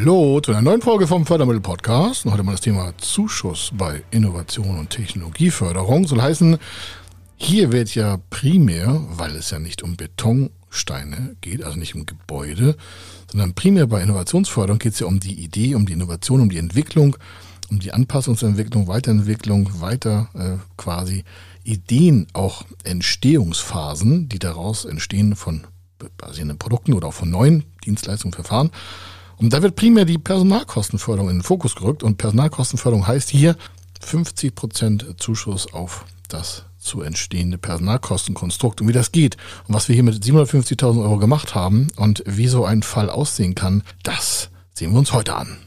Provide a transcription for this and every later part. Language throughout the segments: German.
Hallo zu einer neuen Folge vom Fördermittel-Podcast. Und heute mal das Thema Zuschuss bei Innovation und Technologieförderung. Soll heißen, hier wird ja primär, weil es ja nicht um Betonsteine geht, also nicht um Gebäude, sondern primär bei Innovationsförderung geht es ja um die Idee, um die Innovation, um die Entwicklung, um die Anpassungsentwicklung, Weiterentwicklung, quasi Ideen, auch Entstehungsphasen, die daraus entstehen von basierenden Produkten oder auch von neuen Dienstleistungen, Verfahren. Und da wird primär die Personalkostenförderung in den Fokus gerückt. Und Personalkostenförderung heißt hier 50% Zuschuss auf das zu entstehende Personalkostenkonstrukt. Und wie das geht und was wir hier mit 750.000 Euro gemacht haben und wie so ein Fall aussehen kann, das sehen wir uns heute an.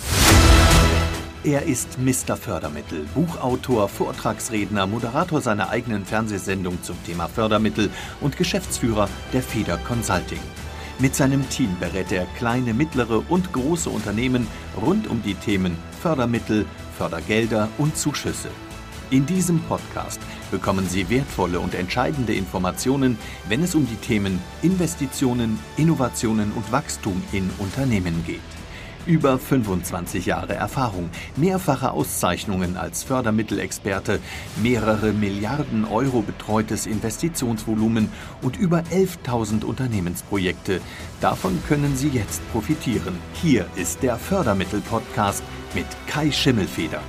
Er ist Mr. Fördermittel, Buchautor, Vortragsredner, Moderator seiner eigenen Fernsehsendung zum Thema Fördermittel und Geschäftsführer der Feder Consulting. Mit seinem Team berät er kleine, mittlere und große Unternehmen rund um die Themen Fördermittel, Fördergelder und Zuschüsse. In diesem Podcast bekommen Sie wertvolle und entscheidende Informationen, wenn es um die Themen Investitionen, Innovationen und Wachstum in Unternehmen geht. Über 25 Jahre Erfahrung, mehrfache Auszeichnungen als Fördermittelexperte, mehrere Milliarden Euro betreutes Investitionsvolumen und über 11.000 Unternehmensprojekte. Davon können Sie jetzt profitieren. Hier ist der Fördermittel-Podcast mit Kai Schimmelfeder.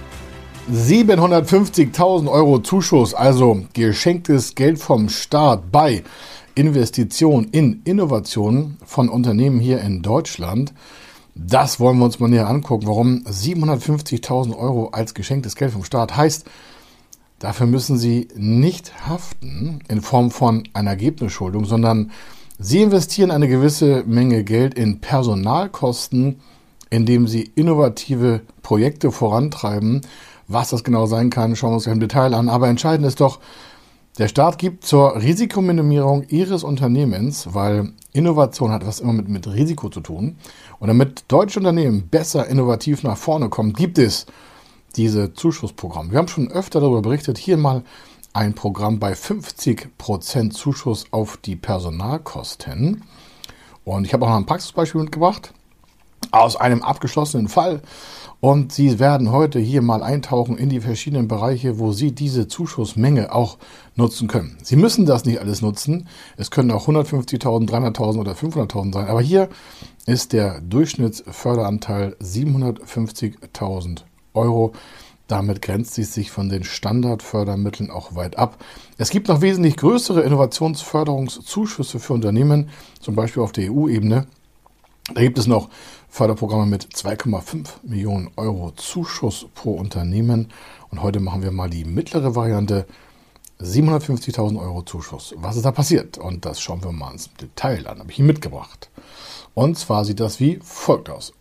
750.000 Euro Zuschuss, also geschenktes Geld vom Staat bei Investitionen in Innovationen von Unternehmen hier in Deutschland. Das wollen wir uns mal näher angucken, warum 750.000 Euro als geschenktes Geld vom Staat heißt, dafür müssen Sie nicht haften in Form von einer Ergebnisschuldung, sondern Sie investieren eine gewisse Menge Geld in Personalkosten, indem Sie innovative Projekte vorantreiben. Was das genau sein kann, schauen wir uns im Detail an. Aber entscheidend ist doch, der Staat gibt zur Risikominimierung Ihres Unternehmens, weil Innovation hat was immer mit Risiko zu tun. Und damit deutsche Unternehmen besser innovativ nach vorne kommen, gibt es diese Zuschussprogramme. Wir haben schon öfter darüber berichtet. Hier mal ein Programm bei 50% Zuschuss auf die Personalkosten. Und ich habe auch noch ein Praxisbeispiel mitgebracht aus einem abgeschlossenen Fall. Und Sie werden heute hier mal eintauchen in die verschiedenen Bereiche, wo Sie diese Zuschussmenge auch nutzen können. Sie müssen das nicht alles nutzen. Es können auch 150.000, 300.000 oder 500.000 sein. Aber hier ist der Durchschnittsförderanteil 750.000 Euro. Damit grenzt es sich von den Standardfördermitteln auch weit ab. Es gibt noch wesentlich größere Innovationsförderungszuschüsse für Unternehmen, zum Beispiel auf der EU-Ebene. Da gibt es noch Förderprogramme mit 2,5 Millionen Euro Zuschuss pro Unternehmen. Und heute machen wir mal die mittlere Variante, 750.000 Euro Zuschuss. Was ist da passiert? Und das schauen wir mal ins Detail an. Habe ich hier mitgebracht. Und zwar sieht das wie folgt aus.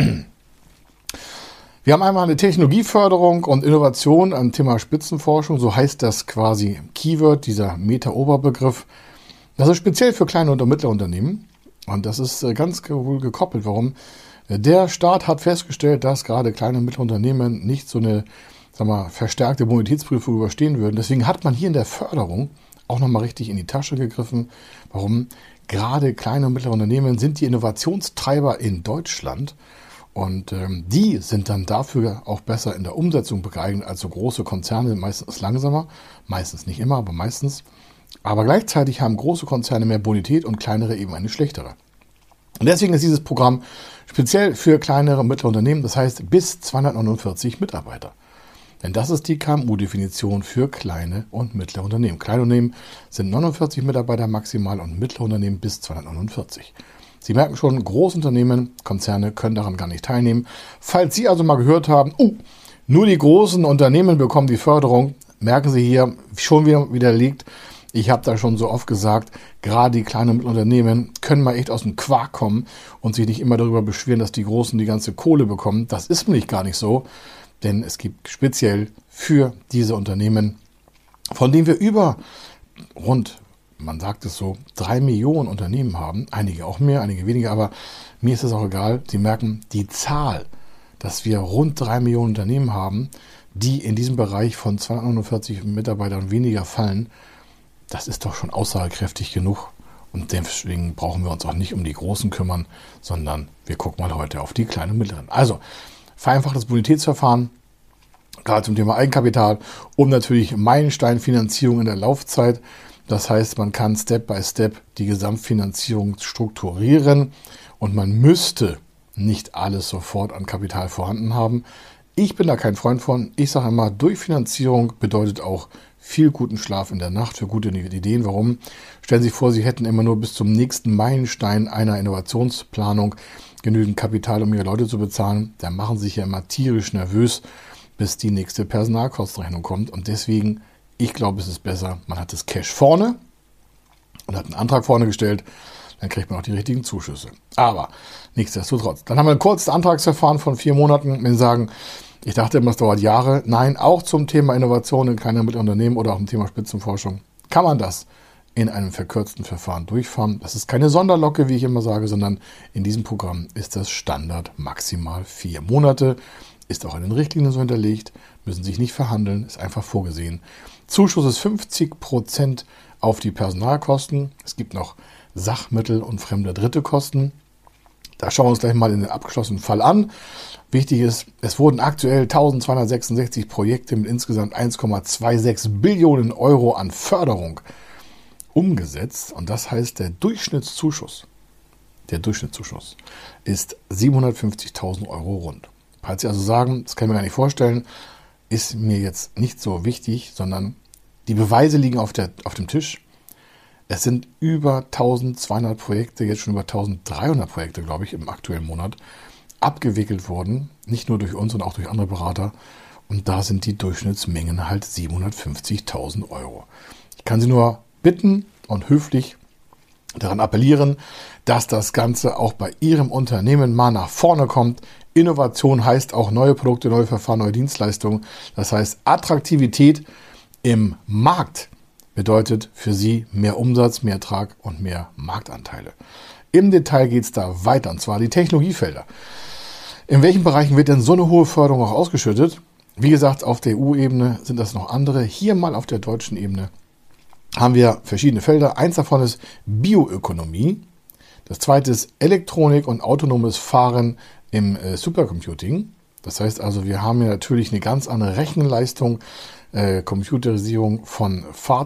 Wir haben einmal eine Technologieförderung und Innovation am Thema Spitzenforschung. So heißt das quasi Keyword, dieser Meta-Oberbegriff. Das ist speziell für kleine und mittlere Unternehmen. Und das ist ganz wohl gekoppelt. Warum? Der Staat hat festgestellt, dass gerade kleine und mittlere Unternehmen nicht so eine verstärkte Bonitätsprüfung überstehen würden. Deswegen hat man hier in der Förderung auch nochmal richtig in die Tasche gegriffen. Warum? Gerade kleine und mittlere Unternehmen sind die Innovationstreiber in Deutschland. Und die sind dann dafür auch besser in der Umsetzung geeignet als so große Konzerne, meistens langsamer. Meistens nicht immer, aber meistens. Aber gleichzeitig haben große Konzerne mehr Bonität und kleinere eben eine schlechtere. Und deswegen ist dieses Programm speziell für kleinere und mittlere Unternehmen, das heißt bis 249 Mitarbeiter. Denn das ist die KMU-Definition für kleine und mittlere Unternehmen. Kleine Unternehmen sind 49 Mitarbeiter maximal und mittlere Unternehmen bis 249. Sie merken schon, Großunternehmen, Konzerne können daran gar nicht teilnehmen. Falls Sie also mal gehört haben, nur die großen Unternehmen bekommen die Förderung, merken Sie hier, schon wieder widerlegt. Ich habe da schon so oft gesagt, gerade die kleinen und mittleren Unternehmen können mal echt aus dem Quark kommen und sich nicht immer darüber beschweren, dass die Großen die ganze Kohle bekommen. Das ist nämlich gar nicht so, denn es gibt speziell für diese Unternehmen, von denen wir über rund, man sagt es so, 3 Millionen Unternehmen haben. Einige auch mehr, einige weniger, aber mir ist es auch egal. Sie merken, die Zahl, dass wir rund 3 Millionen Unternehmen haben, die in diesem Bereich von 249 Mitarbeitern weniger fallen, das ist doch schon aussagekräftig genug, Und deswegen brauchen wir uns auch nicht um die Großen kümmern, sondern wir gucken mal heute auf die kleinen und mittleren. Also, vereinfachtes Bonitätsverfahren, gerade zum Thema Eigenkapital und natürlich Meilensteinfinanzierung in der Laufzeit. Das heißt, man kann Step by Step die Gesamtfinanzierung strukturieren und man müsste nicht alles sofort an Kapital vorhanden haben. Ich bin da kein Freund von. Ich sage immer, Durchfinanzierung bedeutet auch viel guten Schlaf in der Nacht für gute Ideen. Warum? Stellen Sie sich vor, Sie hätten immer nur bis zum nächsten Meilenstein einer Innovationsplanung genügend Kapital, um Ihre Leute zu bezahlen. Da machen Sie sich ja immer tierisch nervös, bis die nächste Personalkostenrechnung kommt. Und deswegen, ich glaube, es ist besser, man hat das Cash vorne und hat einen Antrag vorne gestellt, dann kriegt man auch die richtigen Zuschüsse. Aber nichtsdestotrotz. Dann haben wir ein kurzes Antragsverfahren von 4 Monaten. Wenn Sie sagen, ich dachte immer, es dauert Jahre. Nein, auch zum Thema Innovation in kleinen und mittleren Unternehmen oder auch zum Thema Spitzenforschung kann man das in einem verkürzten Verfahren durchfahren. Das ist keine Sonderlocke, wie ich immer sage, sondern in diesem Programm ist das Standard maximal 4 Monate. Ist auch in den Richtlinien so hinterlegt, müssen sich nicht verhandeln, ist einfach vorgesehen. Zuschuss ist 50% auf die Personalkosten. Es gibt noch Sachmittel und fremde dritte Kosten. Da schauen wir uns gleich mal in den abgeschlossenen Fall an. Wichtig ist, es wurden aktuell 1266 Projekte mit insgesamt 1,26 Billionen Euro an Förderung umgesetzt. Und das heißt, der Durchschnittszuschuss ist 750.000 Euro rund. Falls Sie also sagen, das kann ich mir gar nicht vorstellen, ist mir jetzt nicht so wichtig, sondern die Beweise liegen auf dem Tisch. Es sind über 1200 Projekte, jetzt schon über 1300 Projekte, glaube ich, im aktuellen Monat abgewickelt worden. Nicht nur durch uns, sondern auch durch andere Berater. Und da sind die Durchschnittsmengen halt 750.000 Euro. Ich kann Sie nur bitten und höflich daran appellieren, dass das Ganze auch bei Ihrem Unternehmen mal nach vorne kommt. Innovation heißt auch neue Produkte, neue Verfahren, neue Dienstleistungen. Das heißt, Attraktivität im Markt bedeutet für Sie mehr Umsatz, mehr Ertrag und mehr Marktanteile. Im Detail geht es da weiter, und zwar die Technologiefelder. In welchen Bereichen wird denn so eine hohe Förderung auch ausgeschüttet? Wie gesagt, auf der EU-Ebene sind das noch andere. Hier mal auf der deutschen Ebene haben wir verschiedene Felder. Eins davon ist Bioökonomie. Das zweite ist Elektronik und autonomes Fahren im Supercomputing. Das heißt also, wir haben hier natürlich eine ganz andere Rechenleistung, Computerisierung von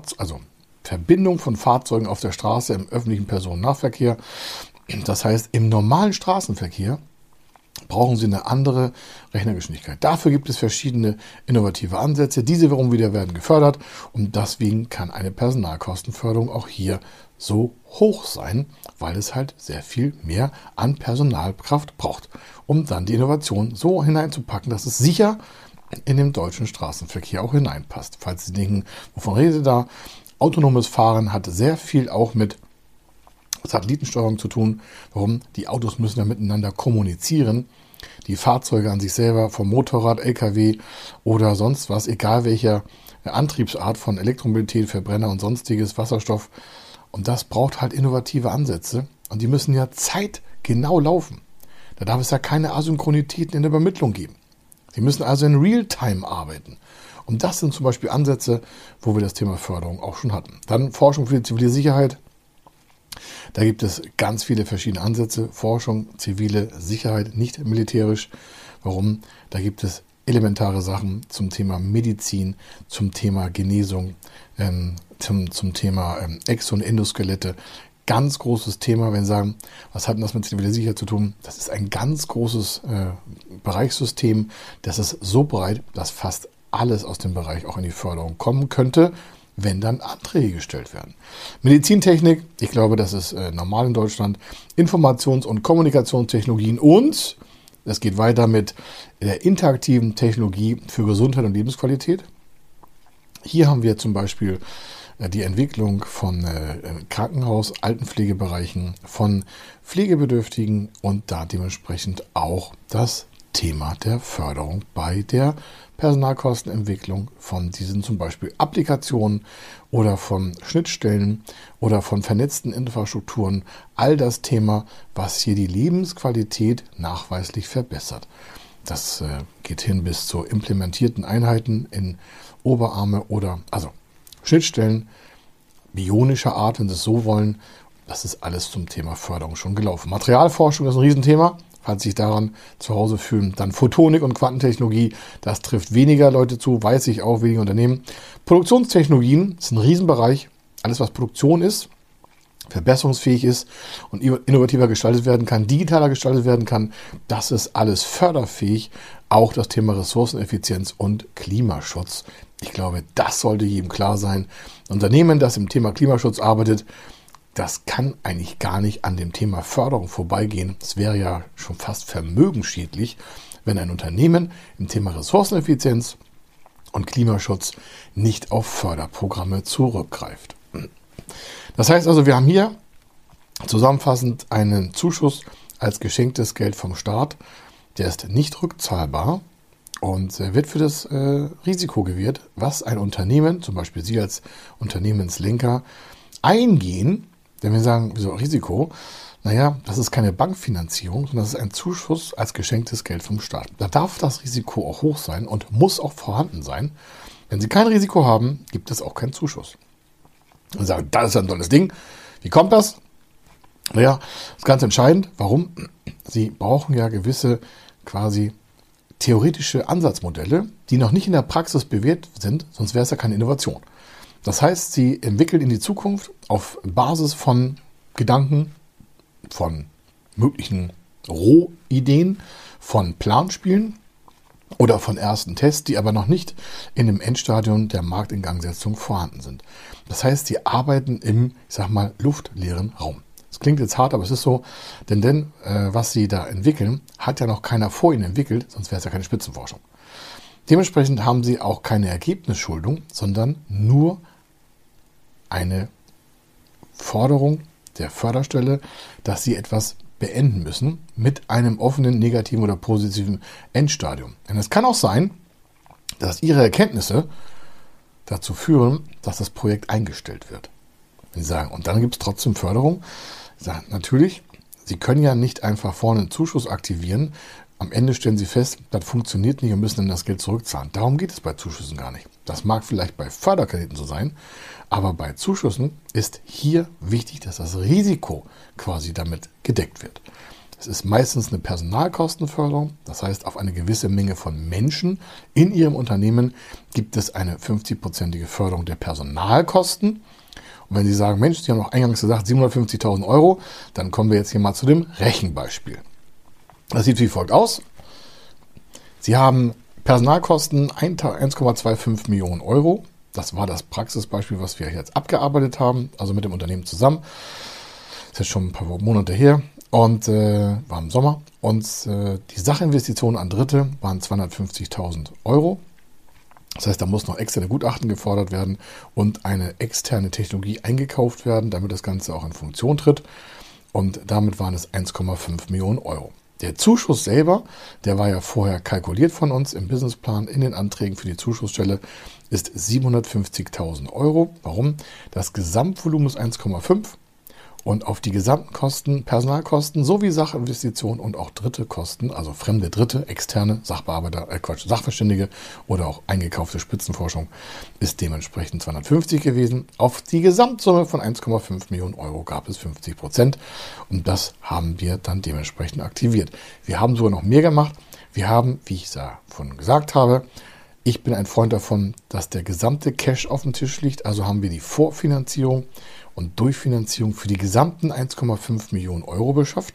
Verbindung von Fahrzeugen auf der Straße im öffentlichen Personennahverkehr. Das heißt, im normalen Straßenverkehr brauchen Sie eine andere Rechnergeschwindigkeit. Dafür gibt es verschiedene innovative Ansätze. Diese wiederum werden gefördert und deswegen kann eine Personalkostenförderung auch hier so hoch sein, weil es halt sehr viel mehr an Personalkraft braucht, um dann die Innovation so hineinzupacken, dass es sicher in den deutschen Straßenverkehr auch hineinpasst. Falls Sie denken, wovon rede ich da? Autonomes Fahren hat sehr viel auch mit Satellitensteuerung zu tun. Warum? Die Autos müssen ja miteinander kommunizieren. Die Fahrzeuge an sich selber, vom Motorrad, LKW oder sonst was, egal welcher Antriebsart von Elektromobilität, Verbrenner und sonstiges, Wasserstoff. Und das braucht halt innovative Ansätze. Und die müssen ja zeitgenau laufen. Da darf es ja keine Asynchronitäten in der Übermittlung geben. Sie müssen also in Realtime arbeiten. Und das sind zum Beispiel Ansätze, wo wir das Thema Förderung auch schon hatten. Dann Forschung für die zivile Sicherheit. Da gibt es ganz viele verschiedene Ansätze. Forschung, zivile Sicherheit, nicht militärisch. Warum? Da gibt es elementare Sachen zum Thema Medizin, zum Thema Genesung, zum Thema Exo- und Endoskelette. Ganz großes Thema, wenn Sie sagen, was hat denn das mit ziviler Sicherheit zu tun? Das ist ein ganz großes Bereichssystem. Das ist so breit, dass fast alles aus dem Bereich auch in die Förderung kommen könnte, wenn dann Anträge gestellt werden. Medizintechnik, ich glaube, das ist normal in Deutschland. Informations- und Kommunikationstechnologien und es geht weiter mit der interaktiven Technologie für Gesundheit und Lebensqualität. Hier haben wir zum Beispiel die Entwicklung von Krankenhaus-, Altenpflegebereichen, von Pflegebedürftigen und da dementsprechend auch das Thema der Förderung bei der Personalkostenentwicklung von diesen zum Beispiel Applikationen oder von Schnittstellen oder von vernetzten Infrastrukturen. All das Thema, was hier die Lebensqualität nachweislich verbessert. Das geht hin bis zu implementierten Einheiten in Oberarme oder Schnittstellen bionischer Art, wenn Sie es so wollen. Das ist alles zum Thema Förderung schon gelaufen. Materialforschung ist ein Riesenthema. Falls Sie sich daran zu Hause fühlen, dann Photonik und Quantentechnologie, das trifft weniger Leute zu, weiß ich auch, weniger Unternehmen. Produktionstechnologien ist ein Riesenbereich. Alles, was Produktion ist, verbesserungsfähig ist und innovativer gestaltet werden kann, digitaler gestaltet werden kann, das ist alles förderfähig. Auch das Thema Ressourceneffizienz und Klimaschutz. Ich glaube, das sollte jedem klar sein. Ein Unternehmen, das im Thema Klimaschutz arbeitet, das kann eigentlich gar nicht an dem Thema Förderung vorbeigehen. Es wäre ja schon fast vermögensschädlich, wenn ein Unternehmen im Thema Ressourceneffizienz und Klimaschutz nicht auf Förderprogramme zurückgreift. Das heißt also, wir haben hier zusammenfassend einen Zuschuss als geschenktes Geld vom Staat. Der ist nicht rückzahlbar und wird für das Risiko gewährt, was ein Unternehmen, zum Beispiel Sie als Unternehmenslenker, eingehen. Denn wir sagen, wieso Risiko? Naja, das ist keine Bankfinanzierung, sondern das ist ein Zuschuss als geschenktes Geld vom Staat. Da darf das Risiko auch hoch sein und muss auch vorhanden sein. Wenn Sie kein Risiko haben, gibt es auch keinen Zuschuss. Und sagen, das ist ein tolles Ding. Wie kommt das? Naja, das ist ganz entscheidend. Warum? Sie brauchen ja gewisse quasi theoretische Ansatzmodelle, die noch nicht in der Praxis bewährt sind, sonst wäre es ja keine Innovation. Das heißt, Sie entwickeln in die Zukunft auf Basis von Gedanken, von möglichen Rohideen, von Planspielen oder von ersten Tests, die aber noch nicht in dem Endstadium der Marktingangsetzung vorhanden sind. Das heißt, Sie arbeiten im, ich sag mal, luftleeren Raum. Das klingt jetzt hart, aber es ist so, denn was Sie da entwickeln, hat ja noch keiner vor Ihnen entwickelt, sonst wäre es ja keine Spitzenforschung. Dementsprechend haben Sie auch keine Ergebnisschuldung, sondern nur eine Forderung der Förderstelle, dass Sie etwas beenden müssen mit einem offenen, negativen oder positiven Endstadium. Denn es kann auch sein, dass Ihre Erkenntnisse dazu führen, dass das Projekt eingestellt wird. Wenn Sie sagen, und dann gibt es trotzdem Förderung, sagen, natürlich, Sie können ja nicht einfach vorne einen Zuschuss aktivieren. Am Ende stellen Sie fest, das funktioniert nicht und müssen dann das Geld zurückzahlen. Darum geht es bei Zuschüssen gar nicht. Das mag vielleicht bei Förderkrediten so sein, aber bei Zuschüssen ist hier wichtig, dass das Risiko quasi damit gedeckt wird. Es ist meistens eine Personalkostenförderung, das heißt, auf eine gewisse Menge von Menschen in Ihrem Unternehmen gibt es eine 50-prozentige Förderung der Personalkosten. Und wenn Sie sagen, Mensch, Sie haben noch eingangs gesagt 750.000 Euro, dann kommen wir jetzt hier mal zu dem Rechenbeispiel. Das sieht wie folgt aus. Sie haben Personalkosten 1,25 Millionen Euro. Das war das Praxisbeispiel, was wir jetzt abgearbeitet haben, also mit dem Unternehmen zusammen. Das ist jetzt schon ein paar Monate her und war im Sommer. Und die Sachinvestitionen an Dritte waren 250.000 Euro. Das heißt, da muss noch externe Gutachten gefordert werden und eine externe Technologie eingekauft werden, damit das Ganze auch in Funktion tritt. Und damit waren es 1,5 Millionen Euro. Der Zuschuss selber, der war ja vorher kalkuliert von uns im Businessplan in den Anträgen für die Zuschussstelle, ist 750.000 Euro. Warum? Das Gesamtvolumen ist 1,5 und auf die gesamten Kosten, Personalkosten sowie Sachinvestitionen und auch dritte Kosten, also fremde Dritte, externe Sachverständige oder auch eingekaufte Spitzenforschung, ist dementsprechend 250 gewesen. Auf die Gesamtsumme von 1,5 Millionen Euro gab es 50% und das haben wir dann dementsprechend aktiviert. Wir haben sogar noch mehr gemacht. Wir haben, wie ich vorhin gesagt habe, ich bin ein Freund davon, dass der gesamte Cash auf dem Tisch liegt. Also haben wir die Vorfinanzierung und Durchfinanzierung für die gesamten 1,5 Millionen Euro beschafft.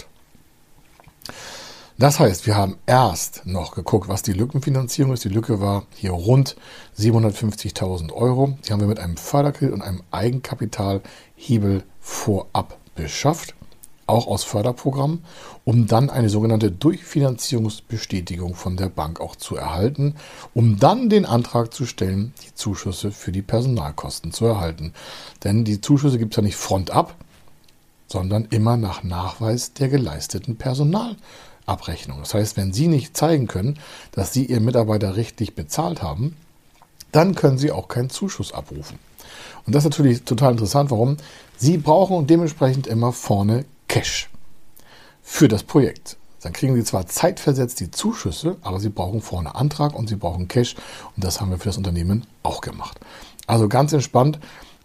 Das heißt, wir haben erst noch geguckt, was die Lückenfinanzierung ist. Die Lücke war hier rund 750.000 Euro. Die haben wir mit einem Förderkredit und einem Eigenkapitalhebel vorab beschafft, auch aus Förderprogrammen, um dann eine sogenannte Durchfinanzierungsbestätigung von der Bank auch zu erhalten, um dann den Antrag zu stellen, die Zuschüsse für die Personalkosten zu erhalten. Denn die Zuschüsse gibt es ja nicht frontab, sondern immer nach Nachweis der geleisteten Personalabrechnung. Das heißt, wenn Sie nicht zeigen können, dass Sie Ihren Mitarbeiter richtig bezahlt haben, dann können Sie auch keinen Zuschuss abrufen. Und das ist natürlich total interessant. Warum? Sie brauchen dementsprechend immer vorne Cash für das Projekt. Dann kriegen Sie zwar zeitversetzt die Zuschüsse, aber Sie brauchen vorne Antrag und Sie brauchen Cash und das haben wir für das Unternehmen auch gemacht. Also ganz entspannt,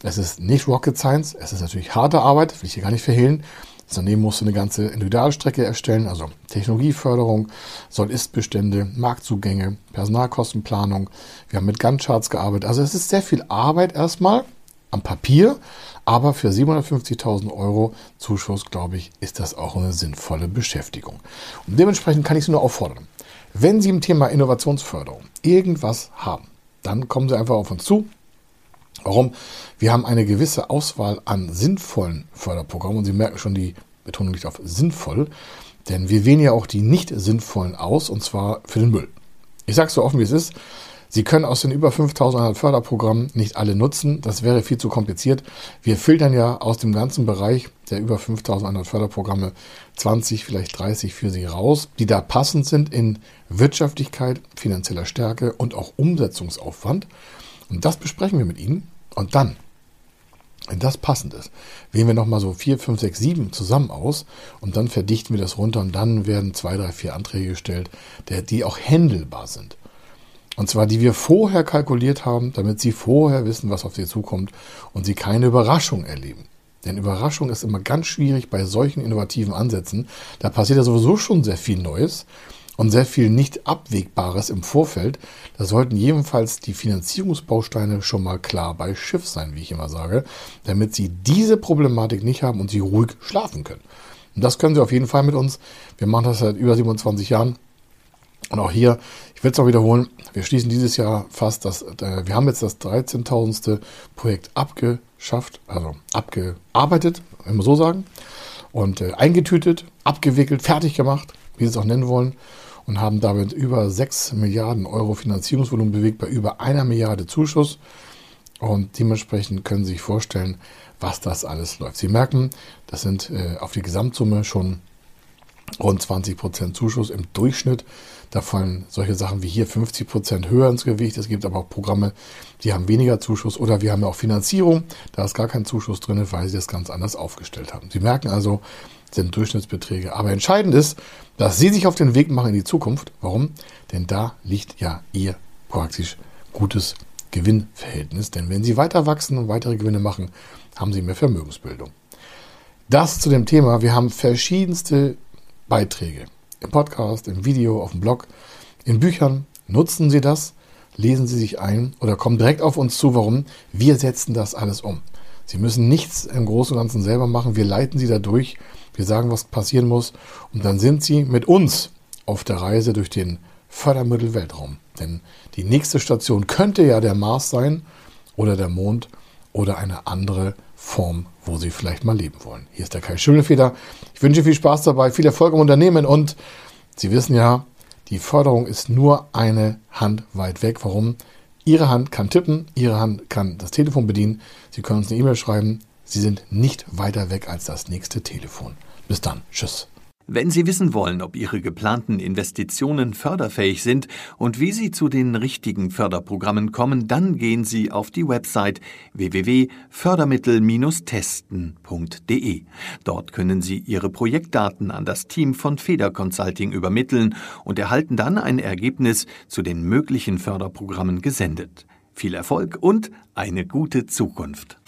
Es ist nicht Rocket Science, es ist natürlich harte Arbeit, will ich hier gar nicht verhehlen. Das Unternehmen musste eine ganze Individualstrecke erstellen, also Technologieförderung, Soll-Ist-Bestände, Marktzugänge, Personalkostenplanung. Wir haben mit Gantt-Charts gearbeitet. Also es ist sehr viel Arbeit erstmal am Papier, aber für 750.000 € Zuschuss, glaube ich, ist das auch eine sinnvolle Beschäftigung. Und dementsprechend kann ich Sie nur auffordern, wenn Sie im Thema Innovationsförderung irgendwas haben, dann kommen Sie einfach auf uns zu. Warum? Wir haben eine gewisse Auswahl an sinnvollen Förderprogrammen und Sie merken schon, die Betonung liegt auf sinnvoll, denn wir wählen ja auch die nicht sinnvollen aus und zwar für den Müll. Ich sage es so offen, wie es ist. Sie können aus den über 5.100 Förderprogrammen nicht alle nutzen. Das wäre viel zu kompliziert. Wir filtern ja aus dem ganzen Bereich der über 5.100 Förderprogramme 20, vielleicht 30 für Sie raus, die da passend sind in Wirtschaftlichkeit, finanzieller Stärke und auch Umsetzungsaufwand. Und das besprechen wir mit Ihnen. Und dann, wenn das passend ist, wählen wir nochmal so 4, 5, 6, 7 zusammen aus und dann verdichten wir das runter und dann werden 2, 3, 4 Anträge gestellt, die auch händelbar sind. Und zwar, die wir vorher kalkuliert haben, damit Sie vorher wissen, was auf Sie zukommt und Sie keine Überraschung erleben. Denn Überraschung ist immer ganz schwierig bei solchen innovativen Ansätzen. Da passiert ja sowieso schon sehr viel Neues und sehr viel nicht Abwägbares im Vorfeld. Da sollten jedenfalls die Finanzierungsbausteine schon mal klar bei Schiff sein, wie ich immer sage, damit Sie diese Problematik nicht haben und Sie ruhig schlafen können. Und das können Sie auf jeden Fall mit uns. Wir machen das seit über 27 Jahren. Und auch hier, ich will es auch wiederholen, wir schließen dieses Jahr fast wir haben jetzt das 13.000. Projekt abgearbeitet, wenn wir so sagen, und eingetütet, abgewickelt, fertig gemacht, wie Sie es auch nennen wollen, und haben damit über 6 Milliarden € Finanzierungsvolumen bewegt, bei über 1 Milliarde Zuschuss. Und dementsprechend können Sie sich vorstellen, was das alles läuft. Sie merken, das sind auf die Gesamtsumme schon rund 20% Zuschuss im Durchschnitt. Da fallen solche Sachen wie hier 50% höher ins Gewicht. Es gibt aber auch Programme, die haben weniger Zuschuss. Oder wir haben ja auch Finanzierung. Da ist gar kein Zuschuss drin, weil sie das ganz anders aufgestellt haben. Sie merken also, sind Durchschnittsbeträge. Aber entscheidend ist, dass Sie sich auf den Weg machen in die Zukunft. Warum? Denn da liegt ja Ihr praktisch gutes Gewinnverhältnis. Denn wenn Sie weiter wachsen und weitere Gewinne machen, haben Sie mehr Vermögensbildung. Das zu dem Thema. Wir haben verschiedenste Beiträge im Podcast, im Video, auf dem Blog, in Büchern. Nutzen Sie das, lesen Sie sich ein oder kommen direkt auf uns zu. Warum? Wir setzen das alles um. Sie müssen nichts im Großen und Ganzen selber machen. Wir leiten Sie da durch. Wir sagen, was passieren muss. Und dann sind Sie mit uns auf der Reise durch den Fördermittelweltraum. Denn die nächste Station könnte ja der Mars sein oder der Mond oder eine andere Form, wo Sie vielleicht mal leben wollen. Hier ist der Kai Schimmelfeder. Ich wünsche viel Spaß dabei, viel Erfolg im Unternehmen und Sie wissen ja, die Förderung ist nur eine Hand weit weg. Warum? Ihre Hand kann tippen, Ihre Hand kann das Telefon bedienen. Sie können uns eine E-Mail schreiben. Sie sind nicht weiter weg als das nächste Telefon. Bis dann. Tschüss. Wenn Sie wissen wollen, ob Ihre geplanten Investitionen förderfähig sind und wie Sie zu den richtigen Förderprogrammen kommen, dann gehen Sie auf die Website www.fördermittel-testen.de. Dort können Sie Ihre Projektdaten an das Team von Feder Consulting übermitteln und erhalten dann ein Ergebnis zu den möglichen Förderprogrammen gesendet. Viel Erfolg und eine gute Zukunft!